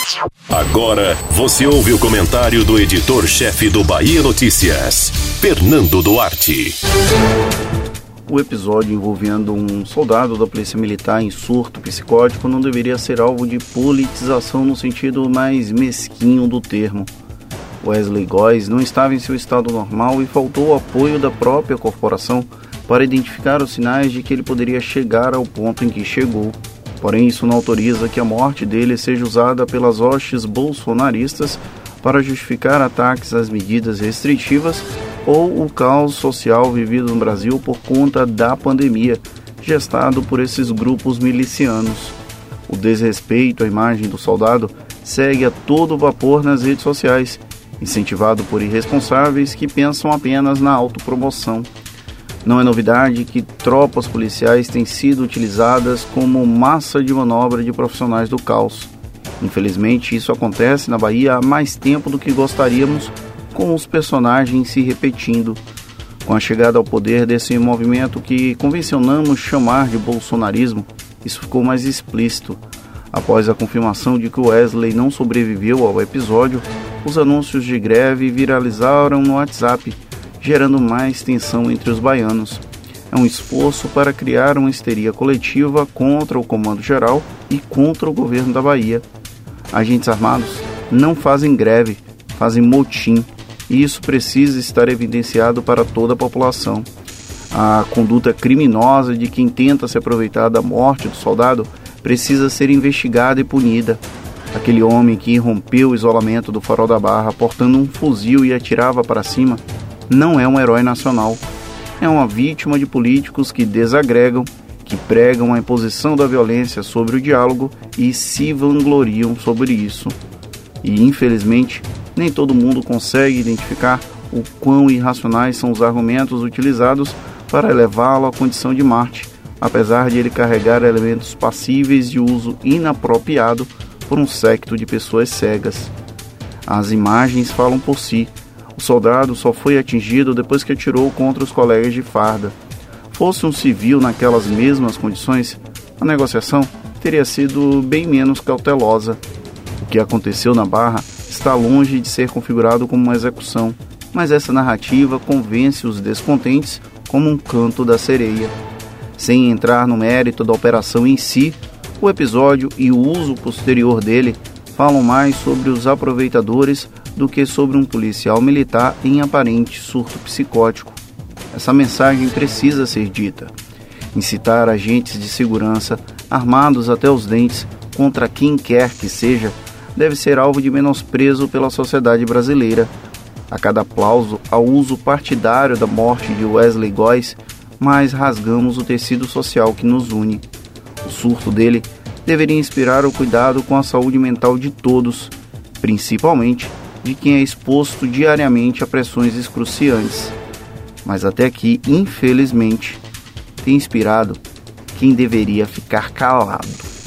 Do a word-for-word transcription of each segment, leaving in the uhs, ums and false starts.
Agora você ouve o comentário do editor-chefe do Bahia Notícias, Fernando Duarte. O episódio envolvendo um soldado da Polícia Militar em surto psicótico não deveria ser alvo de politização no sentido mais mesquinho do termo. Wesley Góes não estava em seu estado normal e faltou o apoio da própria corporação para identificar os sinais de que ele poderia chegar ao ponto em que chegou. Porém, isso não autoriza que a morte dele seja usada pelas hostes bolsonaristas para justificar ataques às medidas restritivas ou o caos social vivido no Brasil por conta da pandemia, gestado por esses grupos milicianos. O desrespeito à imagem do soldado segue a todo vapor nas redes sociais, incentivado por irresponsáveis que pensam apenas na autopromoção. Não é novidade que tropas policiais têm sido utilizadas como massa de manobra de profissionais do caos. Infelizmente, isso acontece na Bahia há mais tempo do que gostaríamos, com os personagens se repetindo. Com a chegada ao poder desse movimento que convencionamos chamar de bolsonarismo, isso ficou mais explícito. Após a confirmação de que Wesley não sobreviveu ao episódio, os anúncios de greve viralizaram no WhatsApp, gerando mais tensão entre os baianos. É um esforço para criar uma histeria coletiva contra o Comando Geral e contra o governo da Bahia. Agentes armados não fazem greve, fazem motim, e isso precisa estar evidenciado para toda a população. A conduta criminosa de quem tenta se aproveitar da morte do soldado precisa ser investigada e punida. Aquele homem que rompeu o isolamento do Farol da Barra portando um fuzil e atirava para cima não é um herói nacional. É uma vítima de políticos que desagregam, que pregam a imposição da violência sobre o diálogo e se vangloriam sobre isso. E, infelizmente, nem todo mundo consegue identificar o quão irracionais são os argumentos utilizados para elevá-lo à condição de Marte, apesar de ele carregar elementos passíveis de uso inapropriado por um séquito de pessoas cegas. As imagens falam por si. O soldado só foi atingido depois que atirou contra os colegas de farda. Fosse um civil naquelas mesmas condições, a negociação teria sido bem menos cautelosa. O que aconteceu na Barra está longe de ser configurado como uma execução, mas essa narrativa convence os descontentes como um canto da sereia. Sem entrar no mérito da operação em si, o episódio e o uso posterior dele falam mais sobre os aproveitadores do que sobre um policial militar em aparente surto psicótico. Essa mensagem precisa ser dita. Incitar agentes de segurança, armados até os dentes, contra quem quer que seja, deve ser alvo de menosprezo pela sociedade brasileira. A cada aplauso ao uso partidário da morte de Wesley Góes, mais rasgamos o tecido social que nos une. O surto dele deveria inspirar o cuidado com a saúde mental de todos, principalmente de quem é exposto diariamente a pressões excruciantes. Mas até aqui, infelizmente, tem inspirado quem deveria ficar calado.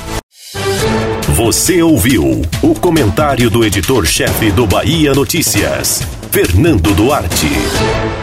Você ouviu o comentário do editor-chefe do Bahia Notícias, Fernando Duarte.